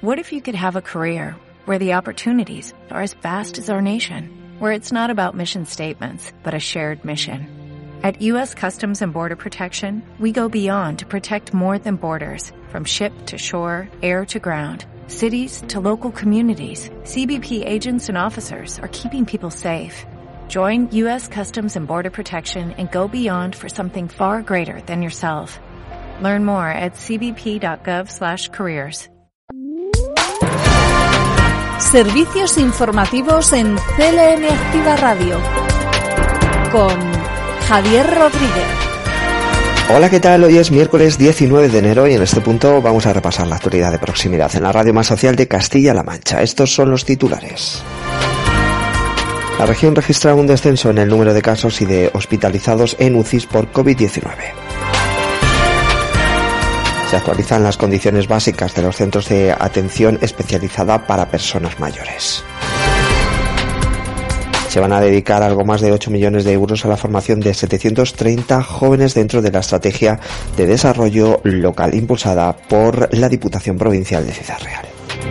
What if you could have a career where the opportunities are as vast as our nation, where it's not about mission statements, but a shared mission? At U.S. Customs and Border Protection, we go beyond to protect more than borders, from ship to shore, air to ground, cities to local communities. CBP agents and officers are keeping people safe. Join U.S. Customs and Border Protection and go beyond for something far greater than yourself. Learn more at cbp.gov/careers. Servicios informativos en CLM Activa Radio con Javier Rodríguez. Hola, ¿qué tal? Hoy es miércoles 19 de enero y en este punto vamos a repasar la actualidad de proximidad en la radio más social de Castilla-La Mancha. Estos son los titulares. La región registra un descenso en el número de casos y de hospitalizados en UCIs por COVID-19. Se actualizan las condiciones básicas de los centros de atención especializada para personas mayores. Se van a dedicar algo más de 8 millones de euros a la formación de 730 jóvenes dentro de la estrategia de desarrollo local impulsada por la Diputación Provincial de Ciudad Real.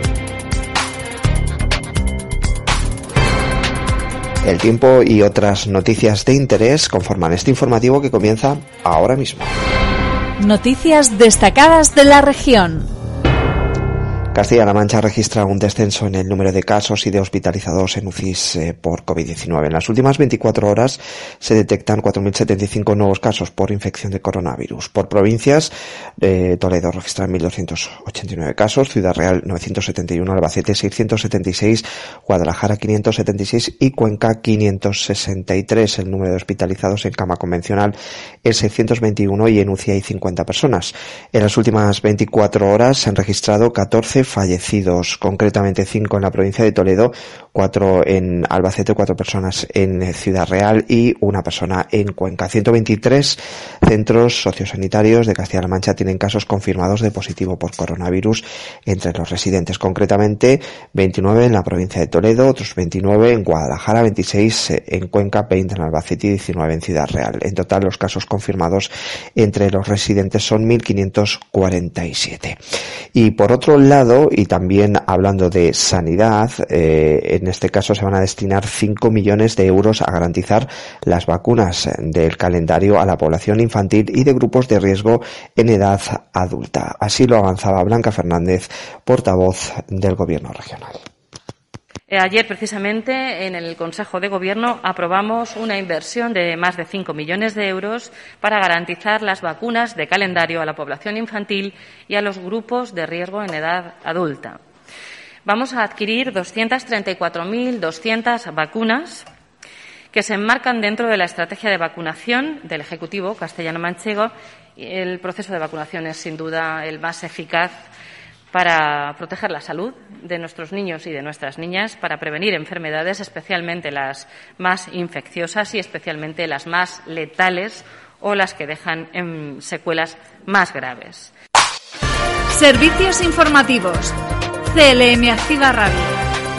El tiempo y otras noticias de interés conforman este informativo que comienza ahora mismo. Noticias destacadas de la región. Castilla-La Mancha registra un descenso en el número de casos y de hospitalizados en UCIs por COVID-19. En las últimas 24 horas se detectan 4.075 nuevos casos por infección de coronavirus. Por provincias, Toledo registra 1.289 casos, Ciudad Real 971, Albacete 676, Guadalajara 576 y Cuenca 563. El número de hospitalizados en cama convencional es 621 y en UCI hay 50 personas. En las últimas 24 horas se han registrado 14 fallecidos, concretamente 5 en la provincia de Toledo, 4 en Albacete, 4 personas en Ciudad Real y 1 persona en Cuenca. 123 centros sociosanitarios de Castilla-La Mancha tienen casos confirmados de positivo por coronavirus entre los residentes, concretamente 29 en la provincia de Toledo, otros 29 en Guadalajara, 26 en Cuenca, 20 en Albacete y 19 en Ciudad Real. En total, los casos confirmados entre los residentes son 1.547. Y por otro lado, y también hablando de sanidad, en este caso se van a destinar 5 millones de euros a garantizar las vacunas del calendario a la población infantil y de grupos de riesgo en edad adulta. Así lo avanzaba Blanca Fernández, portavoz del Gobierno regional. Ayer, precisamente, en el Consejo de Gobierno aprobamos una inversión de más de 5 millones de euros para garantizar las vacunas de calendario a la población infantil y a los grupos de riesgo en edad adulta. Vamos a adquirir 234.200 vacunas que se enmarcan dentro de la estrategia de vacunación del Ejecutivo castellano-manchego. El proceso de vacunación es, sin duda, el más eficaz para proteger la salud de nuestros niños y de nuestras niñas, para prevenir enfermedades, especialmente las más infecciosas y especialmente las más letales o las que dejan secuelas más graves. Servicios informativos. CLM Activa Radio.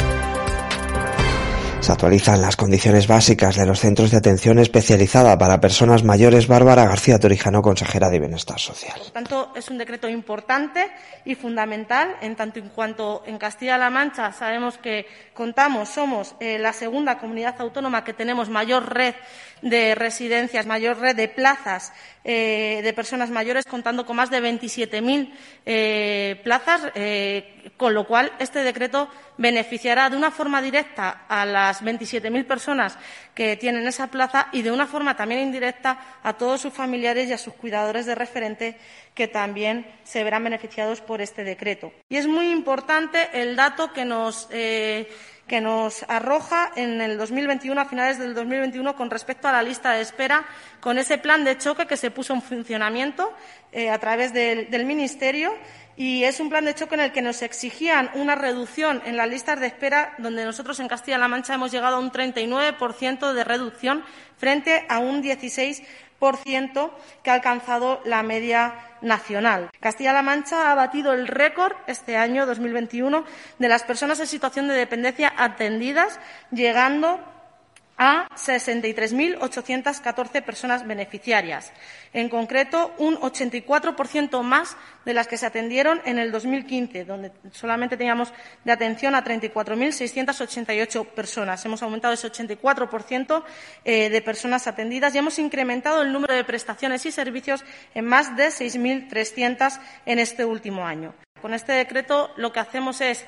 Se actualizan las condiciones básicas de los centros de atención especializada para personas mayores. Bárbara García Torijano, consejera de Bienestar Social. Por tanto, es un decreto importante y fundamental, en tanto en cuanto en Castilla-La Mancha sabemos que somos la segunda comunidad autónoma que tenemos mayor red de residencias, mayor red de plazas de personas mayores, contando con más de 27.000 plazas, con lo cual este decreto beneficiará de una forma directa a las 27.000 personas que tienen esa plaza y de una forma también indirecta a todos sus familiares y a sus cuidadores de referente, que también se verán beneficiados por este decreto. Y es muy importante el dato que nos arroja en el 2021, a finales del 2021, con respecto a la lista de espera, con ese plan de choque que se puso en funcionamiento a través del Ministerio. Y es un plan de choque en el que nos exigían una reducción en las listas de espera, donde nosotros en Castilla-La Mancha hemos llegado a un 39% de reducción frente a un 16% que ha alcanzado la media nacional. Castilla-La Mancha ha batido el récord este año 2021 de las personas en situación de dependencia atendidas, llegando a 63.814 personas beneficiarias. En concreto, un 84% más de las que se atendieron en el 2015, donde solamente teníamos de atención a 34.688 personas. Hemos aumentado ese 84% de personas atendidas y hemos incrementado el número de prestaciones y servicios en más de 6.300 en este último año. Con este decreto lo que hacemos es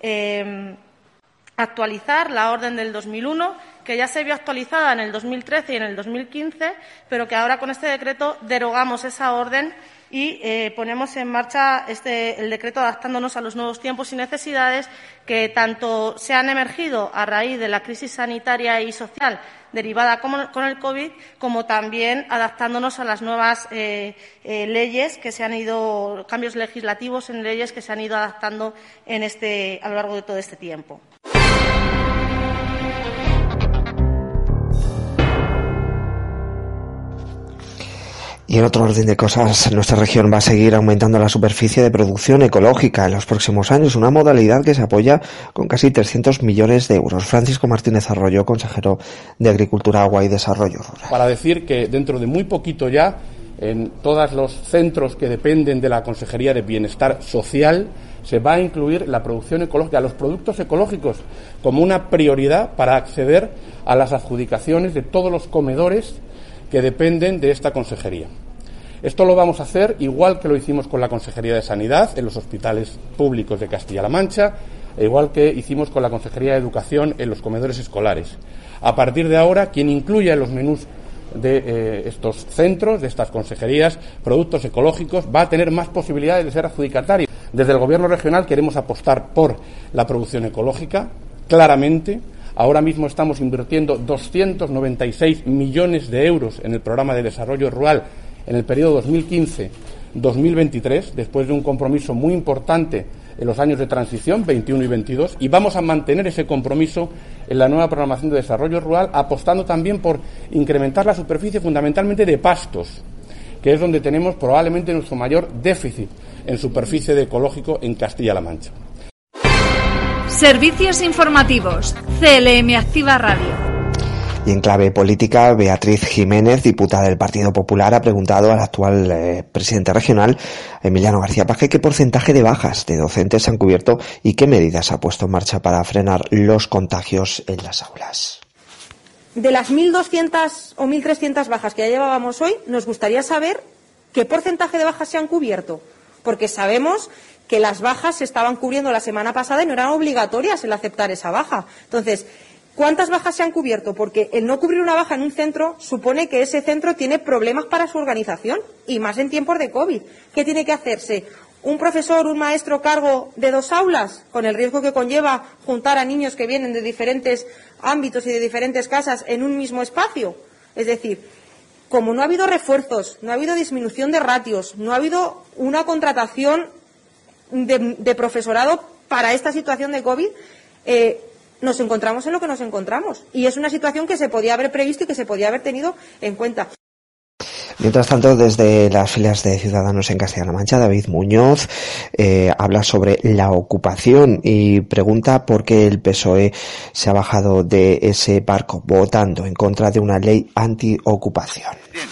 actualizar la orden del 2001, que ya se vio actualizada en el 2013 y en el 2015, pero que ahora con este decreto derogamos esa orden y ponemos en marcha el decreto adaptándonos a los nuevos tiempos y necesidades que tanto se han emergido a raíz de la crisis sanitaria y social derivada con el COVID, como también adaptándonos a las nuevas leyes que se han ido, cambios legislativos en leyes que se han ido adaptando a lo largo de todo este tiempo. Y en otro orden de cosas, nuestra región va a seguir aumentando la superficie de producción ecológica en los próximos años, una modalidad que se apoya con casi 300 millones de euros. Francisco Martínez Arroyo, consejero de Agricultura, Agua y Desarrollo Rural. Para decir que dentro de muy poquito ya, en todos los centros que dependen de la Consejería de Bienestar Social, se va a incluir la producción ecológica, los productos ecológicos, como una prioridad para acceder a las adjudicaciones de todos los comedores que dependen de esta consejería. Esto lo vamos a hacer igual que lo hicimos con la Consejería de Sanidad en los hospitales públicos de Castilla-La Mancha, e igual que hicimos con la Consejería de Educación en los comedores escolares. A partir de ahora, quien incluya en los menús de estos centros, de estas consejerías, productos ecológicos, va a tener más posibilidades de ser adjudicatario. Desde el Gobierno regional queremos apostar por la producción ecológica, claramente. Ahora mismo estamos invirtiendo 296 millones de euros en el programa de desarrollo rural en el periodo 2015-2023, después de un compromiso muy importante en los años de transición, 21 y 22, y vamos a mantener ese compromiso en la nueva programación de desarrollo rural, apostando también por incrementar la superficie fundamentalmente de pastos, que es donde tenemos probablemente nuestro mayor déficit en superficie de ecológico en Castilla-La Mancha. Servicios informativos. CLM Activa Radio. Y en clave política, Beatriz Jiménez, diputada del Partido Popular, ha preguntado al actual presidente regional, Emiliano García Paje, qué porcentaje de bajas de docentes se han cubierto y qué medidas ha puesto en marcha para frenar los contagios en las aulas. De las 1.200 o 1.300 bajas que ya llevábamos hoy, nos gustaría saber qué porcentaje de bajas se han cubierto, porque sabemos que las bajas se estaban cubriendo la semana pasada y no eran obligatorias el aceptar esa baja. Entonces, ¿cuántas bajas se han cubierto? Porque el no cubrir una baja en un centro supone que ese centro tiene problemas para su organización, y más en tiempos de COVID. ¿Qué tiene que hacerse? ¿Un profesor, un maestro cargo de 2 aulas, con el riesgo que conlleva juntar a niños que vienen de diferentes ámbitos y de diferentes casas en un mismo espacio? Es decir, como no ha habido refuerzos, no ha habido disminución de ratios, no ha habido una contratación de profesorado para esta situación de COVID, nos encontramos en lo que nos encontramos. Y es una situación que se podía haber previsto y que se podía haber tenido en cuenta. Mientras tanto, desde las filas de Ciudadanos en Castilla-La Mancha, David Muñoz habla sobre la ocupación y pregunta por qué el PSOE se ha bajado de ese barco votando en contra de una ley antiocupación. Bien,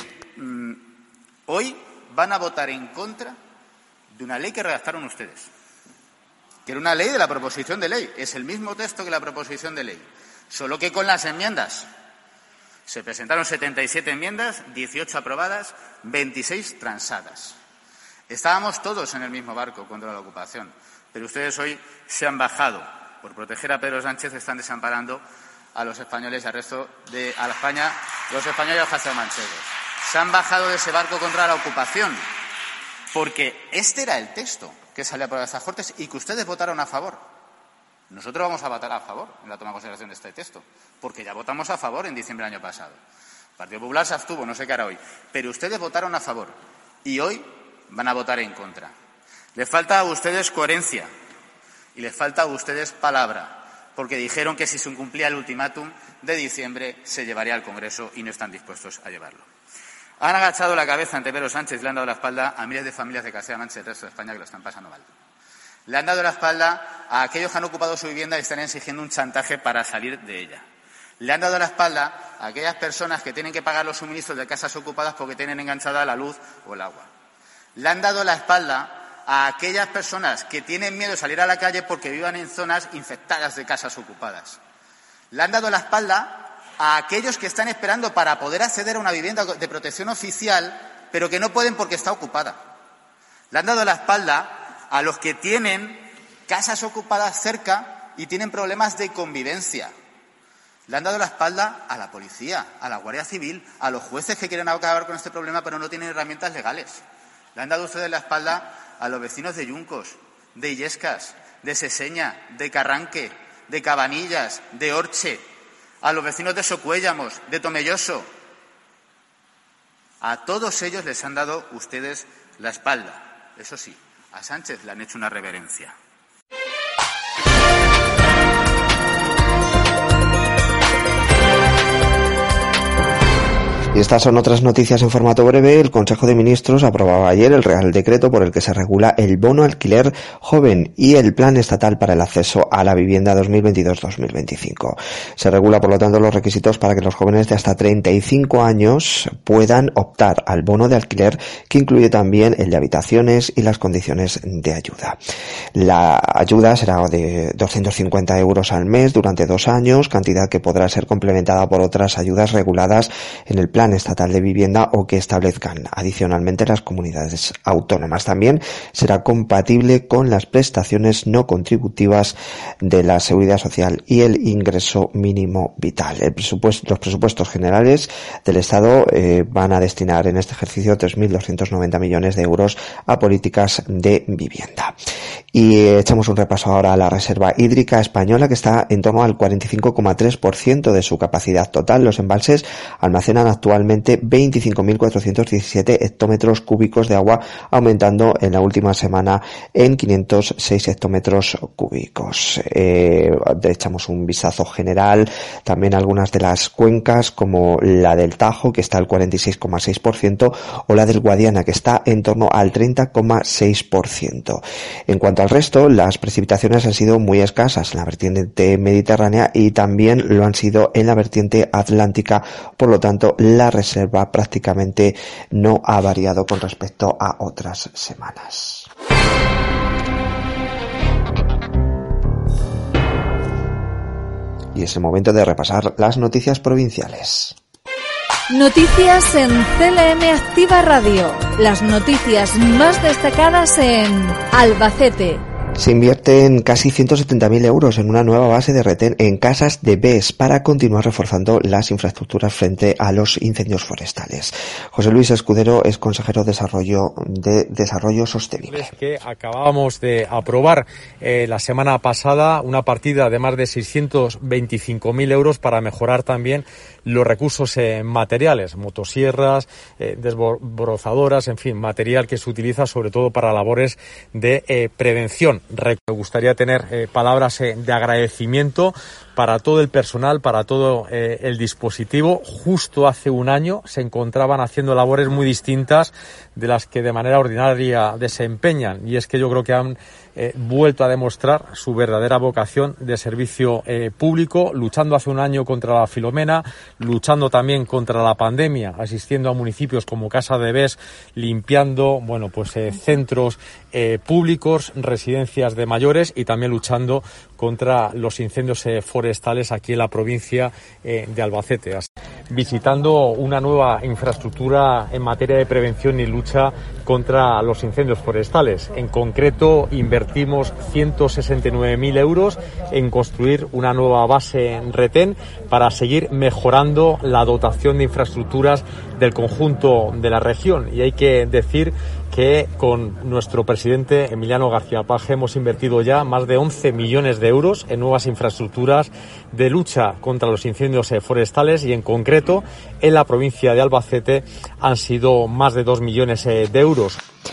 hoy van a votar en contra de una ley que redactaron ustedes, que era una ley de la proposición de ley. Es el mismo texto que la proposición de ley, solo que con las enmiendas. Se presentaron 77 enmiendas, 18 aprobadas, 26 transadas. Estábamos todos en el mismo barco contra la ocupación, pero ustedes hoy se han bajado. Por proteger a Pedro Sánchez están desamparando a los españoles y al resto de a la España, los españoles y a los castellanomanchegos. Se han bajado de ese barco contra la ocupación, porque este era el texto que salía por estas Cortes y que ustedes votaron a favor. Nosotros vamos a votar a favor en la toma en consideración de este texto, porque ya votamos a favor en diciembre del año pasado. El Partido Popular se abstuvo, no sé qué hará hoy, pero ustedes votaron a favor y hoy van a votar en contra. Les falta a ustedes coherencia y les falta a ustedes palabra, porque dijeron que si se incumplía el ultimátum de diciembre se llevaría al Congreso y no están dispuestos a llevarlo. Han agachado la cabeza ante Pedro Sánchez y le han dado la espalda a miles de familias de Castilla-La Mancha y del resto de España que lo están pasando mal. Le han dado la espalda a aquellos que han ocupado su vivienda y están exigiendo un chantaje para salir de ella. Le han dado la espalda a aquellas personas que tienen que pagar los suministros de casas ocupadas porque tienen enganchada la luz o el agua. Le han dado la espalda a aquellas personas que tienen miedo de salir a la calle porque vivan en zonas infectadas de casas ocupadas. Le han dado la espalda a aquellos que están esperando para poder acceder a una vivienda de protección oficial, pero que no pueden porque está ocupada. Le han dado la espalda a los que tienen casas ocupadas cerca y tienen problemas de convivencia. Le han dado la espalda a la policía, a la Guardia Civil, a los jueces que quieren acabar con este problema pero no tienen herramientas legales. Le han dado ustedes la espalda a los vecinos de Yuncos, de Illescas, de Seseña, de Carranque, de Cabanillas, de Orche, a los vecinos de Socuéllamos, de Tomelloso. A todos ellos les han dado ustedes la espalda. Eso sí, a Sánchez le han hecho una reverencia. Y estas son otras noticias en formato breve. El Consejo de Ministros aprobaba ayer el Real Decreto por el que se regula el bono alquiler joven y el Plan Estatal para el acceso a la vivienda 2022-2025. Se regula, por lo tanto, los requisitos para que los jóvenes de hasta 35 años puedan optar al bono de alquiler, que incluye también el de habitaciones y las condiciones de ayuda. La ayuda será de 250 euros al mes durante 2 años, cantidad que podrá ser complementada por otras ayudas reguladas en el Plan Estatal de Vivienda o que establezcan adicionalmente las comunidades autónomas. También será compatible con las prestaciones no contributivas de la Seguridad Social y el ingreso mínimo vital. Los presupuestos generales del Estado van a destinar en este ejercicio 3.290 millones de euros a políticas de vivienda. Y echamos un repaso ahora a la reserva hídrica española, que está en torno al 45,3% de su capacidad total. Los embalses almacenan actualmente 25.417 hectómetros cúbicos de agua, aumentando en la última semana en 506 hectómetros cúbicos. Echamos un vistazo general también a algunas de las cuencas, como la del Tajo, que está al 46,6%, o la del Guadiana, que está en torno al 30,6%. En cuanto al resto, las precipitaciones han sido muy escasas en la vertiente mediterránea y también lo han sido en la vertiente atlántica. Por lo tanto, la reserva prácticamente no ha variado con respecto a otras semanas. Y es el momento de repasar las noticias provinciales. Noticias en CLM Activa Radio. Las noticias más destacadas en Albacete. Se invierten casi 170.000 euros en una nueva base de retén en Casas de Bes para continuar reforzando las infraestructuras frente a los incendios forestales. José Luis Escudero es consejero de Desarrollo Sostenible. Que acabábamos de aprobar la semana pasada una partida de más de 625.000 euros para mejorar también los recursos materiales, motosierras, desbrozadoras, en fin, material que se utiliza sobre todo para labores de prevención. Me gustaría tener palabras de agradecimiento para todo el personal, para todo el dispositivo. Justo hace un año se encontraban haciendo labores muy distintas de las que de manera ordinaria desempeñan, y es que yo creo que han vuelto a demostrar su verdadera vocación de servicio público, luchando hace un año contra la Filomena, luchando también contra la pandemia, asistiendo a municipios como Casa de Bes, limpiando centros públicos, residencias de mayores, y también luchando contra los incendios forestales aquí en la provincia de Albacete, visitando una nueva infraestructura en materia de prevención y lucha contra los incendios forestales. En concreto, invertimos 169.000 euros en construir una nueva base en retén para seguir mejorando la dotación de infraestructuras del conjunto de la región. Y hay que decir que con nuestro presidente Emiliano García Paje hemos invertido ya más de 11 millones de euros en nuevas infraestructuras de lucha contra los incendios forestales, y en concreto en la provincia de Albacete han sido más de 2 millones de euros.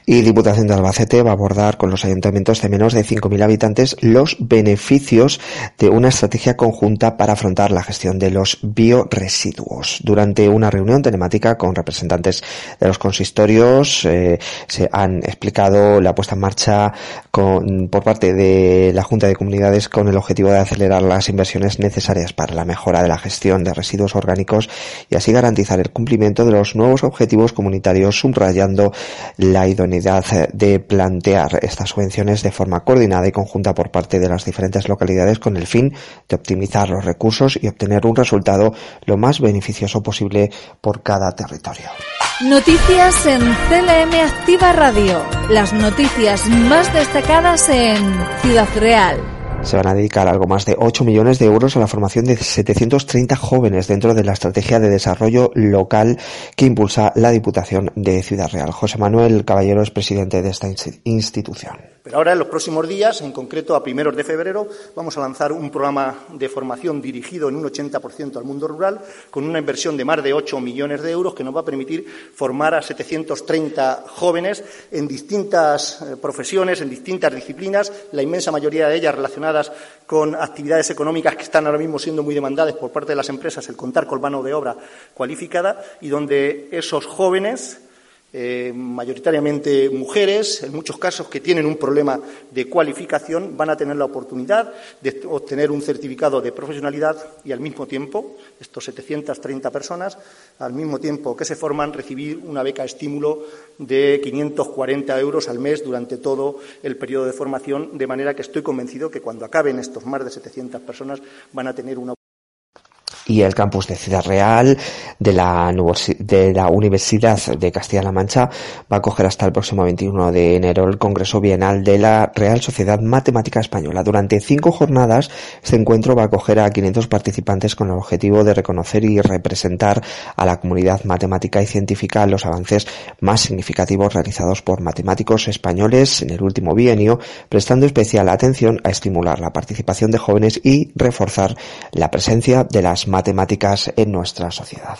Y Diputación de Albacete va a abordar con los ayuntamientos de menos de 5.000 habitantes los beneficios de una estrategia conjunta para afrontar la gestión de los bioresiduos. Durante una reunión telemática con representantes de los consistorios se han explicado la puesta en marcha por parte de la Junta de Comunidades con el objetivo de acelerar las inversiones necesarias para la mejora de la gestión de residuos orgánicos y así garantizar el cumplimiento de los nuevos objetivos comunitarios, subrayando la idoneidad de plantear estas subvenciones de forma coordinada y conjunta por parte de las diferentes localidades con el fin de optimizar los recursos y obtener un resultado lo más beneficioso posible por cada territorio. Noticias en CLM Activa Radio. Las noticias más destacadas en Ciudad Real. Se van a dedicar algo más de 8 millones de euros a la formación de 730 jóvenes dentro de la estrategia de desarrollo local que impulsa la Diputación de Ciudad Real. José Manuel Caballero es presidente de esta institución. Pero ahora, en los próximos días, en concreto a primeros de febrero, vamos a lanzar un programa de formación dirigido en un 80% al mundo rural, con una inversión de más de 8 millones de euros que nos va a permitir formar a 730 jóvenes en distintas profesiones, en distintas disciplinas, la inmensa mayoría de ellas relacionadas con actividades económicas que están ahora mismo siendo muy demandadas por parte de las empresas, el contar con mano de obra cualificada, y donde esos jóvenes, mayoritariamente mujeres, en muchos casos que tienen un problema de cualificación, van a tener la oportunidad de obtener un certificado de profesionalidad y al mismo tiempo, estos 730 personas, al mismo tiempo que se forman, recibir una beca estímulo de 540 euros al mes durante todo el periodo de formación, de manera que estoy convencido que cuando acaben estos más de 700 personas van a tener una. Y el campus de Ciudad Real de la Universidad de Castilla-La Mancha va a acoger hasta el próximo 21 de enero el Congreso Bienal de la Real Sociedad Matemática Española. Durante 5 jornadas, este encuentro va a acoger a 500 participantes con el objetivo de reconocer y representar a la comunidad matemática y científica los avances más significativos realizados por matemáticos españoles en el último bienio, prestando especial atención a estimular la participación de jóvenes y reforzar la presencia de las matemáticas en nuestra sociedad.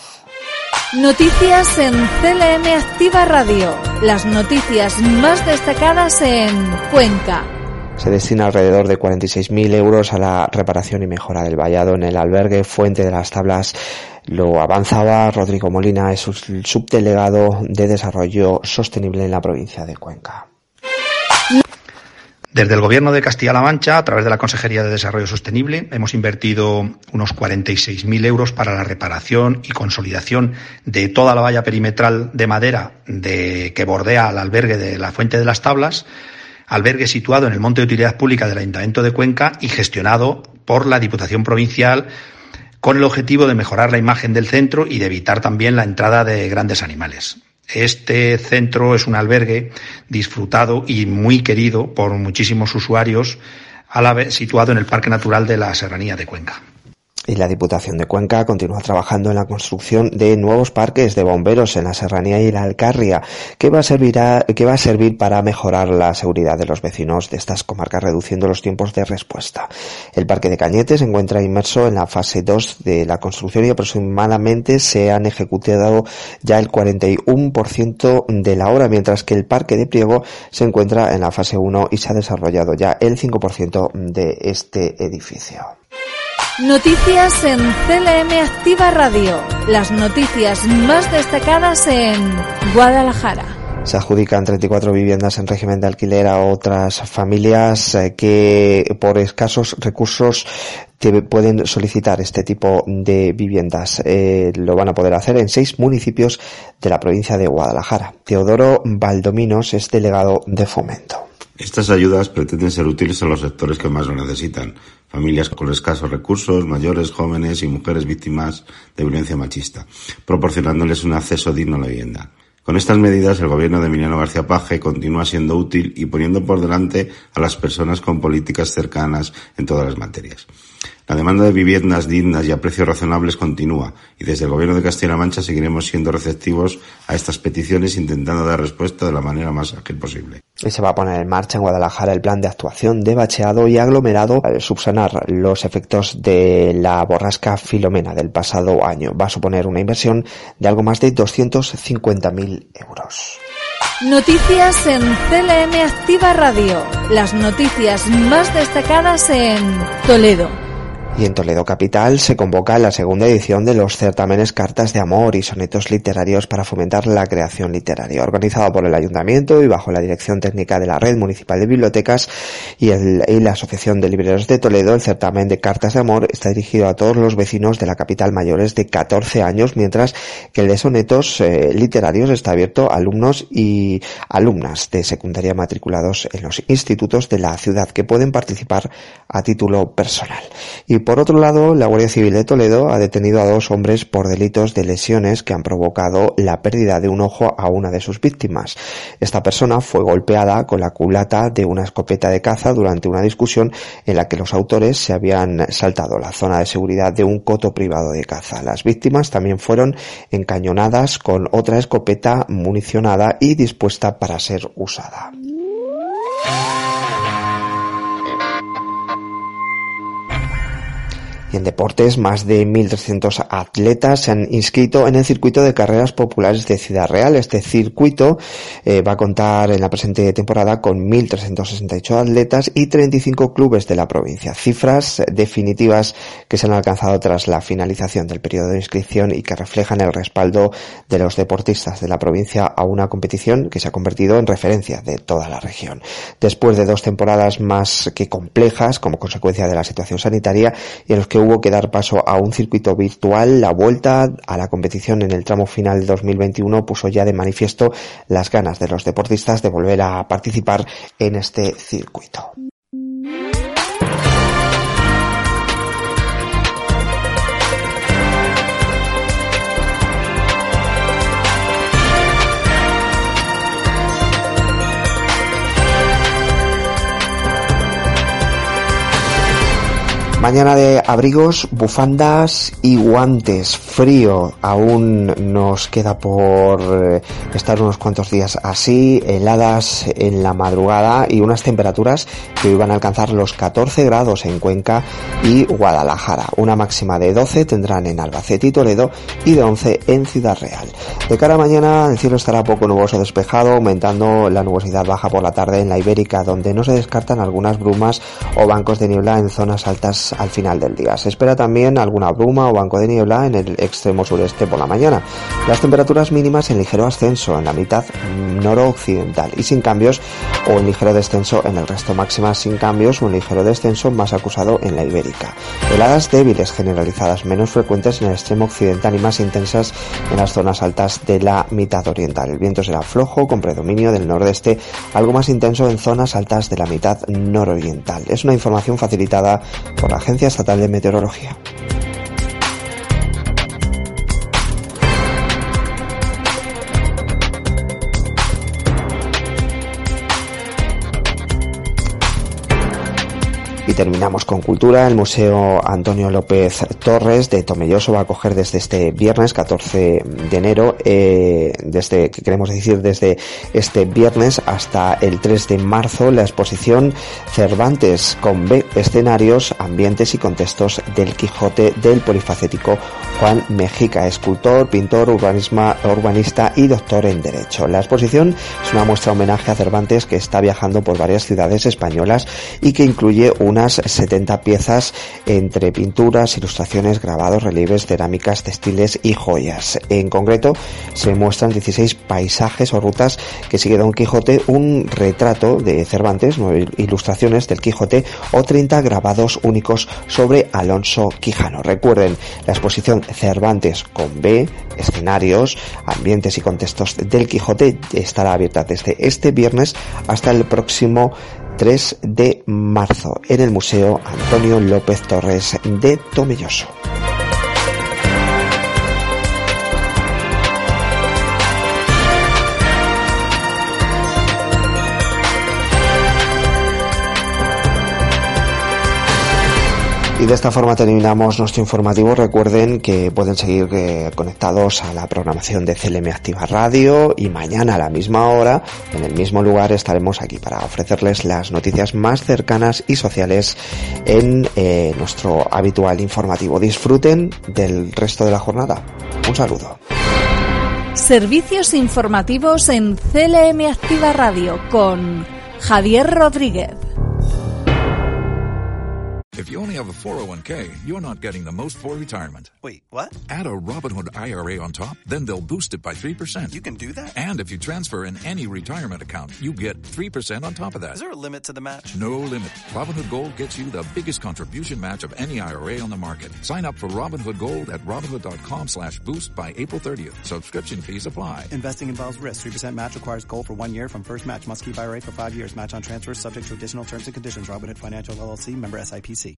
Noticias en CLM Activa Radio. Las noticias más destacadas en Cuenca. Se destina alrededor de 46.000 euros a la reparación y mejora del vallado en el albergue Fuente de las Tablas. Lo avanzaba Rodrigo Molina, es el subdelegado de Desarrollo Sostenible en la provincia de Cuenca. Desde el Gobierno de Castilla-La Mancha, a través de la Consejería de Desarrollo Sostenible, hemos invertido unos 46.000 euros para la reparación y consolidación de toda la valla perimetral de madera que bordea al albergue de la Fuente de las Tablas, albergue situado en el Monte de Utilidad Pública del Ayuntamiento de Cuenca y gestionado por la Diputación Provincial, con el objetivo de mejorar la imagen del centro y de evitar también la entrada de grandes animales. Este centro es un albergue disfrutado y muy querido por muchísimos usuarios, a la vez situado en el Parque Natural de la Serranía de Cuenca. Y la Diputación de Cuenca continúa trabajando en la construcción de nuevos parques de bomberos en la Serranía y la Alcarria, que va a servir para mejorar la seguridad de los vecinos de estas comarcas, reduciendo los tiempos de respuesta. El Parque de Cañete se encuentra inmerso en la fase 2 de la construcción y aproximadamente se han ejecutado ya el 41% de la obra, mientras que el Parque de Priego se encuentra en la fase 1 y se ha desarrollado ya el 5% de este edificio. Noticias en CLM Activa Radio. Las noticias más destacadas en Guadalajara. Se adjudican 34 viviendas en régimen de alquiler a otras familias que por escasos recursos pueden solicitar este tipo de viviendas. Lo van a poder hacer en 6 municipios de la provincia de Guadalajara. Teodoro Valdominos es delegado de Fomento. Estas ayudas pretenden ser útiles a los sectores que más lo necesitan: familias con escasos recursos, mayores, jóvenes y mujeres víctimas de violencia machista, proporcionándoles un acceso digno a la vivienda. Con estas medidas, el gobierno de Emiliano García Paje continúa siendo útil y poniendo por delante a las personas con políticas cercanas en todas las materias. La demanda de viviendas dignas y a precios razonables continúa, y desde el Gobierno de Castilla-La Mancha seguiremos siendo receptivos a estas peticiones, intentando dar respuesta de la manera más ágil posible. Y se va a poner en marcha en Guadalajara el plan de actuación de bacheado y aglomerado para subsanar los efectos de la borrasca Filomena del pasado año. Va a suponer una inversión de algo más de 250.000 euros. Noticias en CLM Activa Radio. Las noticias más destacadas en Toledo. Y en Toledo capital se convoca la segunda edición de los certámenes Cartas de Amor y Sonetos Literarios para fomentar la creación literaria, organizado por el Ayuntamiento y bajo la dirección técnica de la Red Municipal de Bibliotecas y la Asociación de Libreros de Toledo. El certamen de Cartas de Amor está dirigido a todos los vecinos de la capital mayores de 14 años, mientras que el de Sonetos Literarios está abierto a alumnos y alumnas de secundaria matriculados en los institutos de la ciudad, que pueden participar a título personal. Y por otro lado, la Guardia Civil de Toledo ha detenido a 2 hombres por delitos de lesiones que han provocado la pérdida de un ojo a una de sus víctimas. Esta persona fue golpeada con la culata de una escopeta de caza durante una discusión en la que los autores se habían saltado la zona de seguridad de un coto privado de caza. Las víctimas también fueron encañonadas con otra escopeta municionada y dispuesta para ser usada. Y en deportes, más de 1.300 atletas se han inscrito en el circuito de carreras populares de Ciudad Real. Este circuito va a contar en la presente temporada con 1.368 atletas y 35 clubes de la provincia. Cifras definitivas que se han alcanzado tras la finalización del periodo de inscripción y que reflejan el respaldo de los deportistas de la provincia a una competición que se ha convertido en referencia de toda la región. Después de 2 temporadas más que complejas como consecuencia de la situación sanitaria y en los que hubo que dar paso a un circuito virtual, la vuelta a la competición en el tramo final de 2021 puso ya de manifiesto las ganas de los deportistas de volver a participar en este circuito. Mañana de abrigos, bufandas y guantes. Frío aún nos queda por estar unos cuantos días así, heladas en la madrugada y unas temperaturas que iban a alcanzar los 14 grados en Cuenca y Guadalajara. Una máxima de 12 tendrán en Albacete y Toledo y de 11 en Ciudad Real. De cara a mañana el cielo estará poco nuboso despejado, aumentando la nubosidad baja por la tarde en la Ibérica, donde no se descartan algunas brumas o bancos de niebla en zonas altas al final del día. Se espera también alguna bruma o banco de niebla en el extremo sureste por la mañana. Las temperaturas mínimas en ligero ascenso en la mitad noroccidental y sin cambios o en ligero descenso en el resto. Máximas sin cambios o en ligero descenso más acusado en la Ibérica. Heladas débiles generalizadas menos frecuentes en el extremo occidental y más intensas en las zonas altas de la mitad oriental. El viento será flojo con predominio del nordeste, algo más intenso en zonas altas de la mitad nororiental. Es una información facilitada por la Agencia Estatal de Meteorología. Y terminamos con cultura. El Museo Antonio López Torres de Tomelloso va a acoger desde este viernes 14 de enero, desde este viernes hasta el 3 de marzo, la exposición Cervantes con B, escenarios, ambientes y contextos del Quijote del polifacético Juan Mejica, escultor, pintor, urbanista y doctor en Derecho. La exposición es una muestra homenaje a Cervantes que está viajando por varias ciudades españolas y que incluye unas 70 piezas entre pinturas, ilustraciones, grabados, relieves, cerámicas, textiles y joyas. En concreto, se muestran 16 paisajes o rutas que sigue Don Quijote, un retrato de Cervantes, 9 ilustraciones del Quijote o 30 grabados únicos sobre Alonso Quijano. Recuerden, la exposición Cervantes con B, escenarios, ambientes y contextos del Quijote estará abierta desde este viernes hasta el próximo 3 de marzo en el Museo Antonio López Torres de Tomelloso. Y de esta forma terminamos nuestro informativo. Recuerden que pueden seguir conectados a la programación de CLM Activa Radio y mañana a la misma hora, en el mismo lugar, estaremos aquí para ofrecerles las noticias más cercanas y sociales en nuestro habitual informativo. Disfruten del resto de la jornada. Un saludo. Servicios informativos en CLM Activa Radio con Javier Rodríguez. If you only have a 401k, you're not getting the most for retirement. Wait, what? Add a Robinhood IRA on top, then they'll boost it by 3%. You can do that? And if you transfer in any retirement account, you get 3% on top of that. Is there a limit to the match? No limit. Robinhood Gold gets you the biggest contribution match of any IRA on the market. Sign up for Robinhood Gold at Robinhood.com/boost by April 30th. Subscription fees apply. Investing involves risk. 3% match requires gold for 1 year from first match. Must keep IRA for 5 years. Match on transfers subject to additional terms and conditions. Robinhood Financial LLC, member SIPC.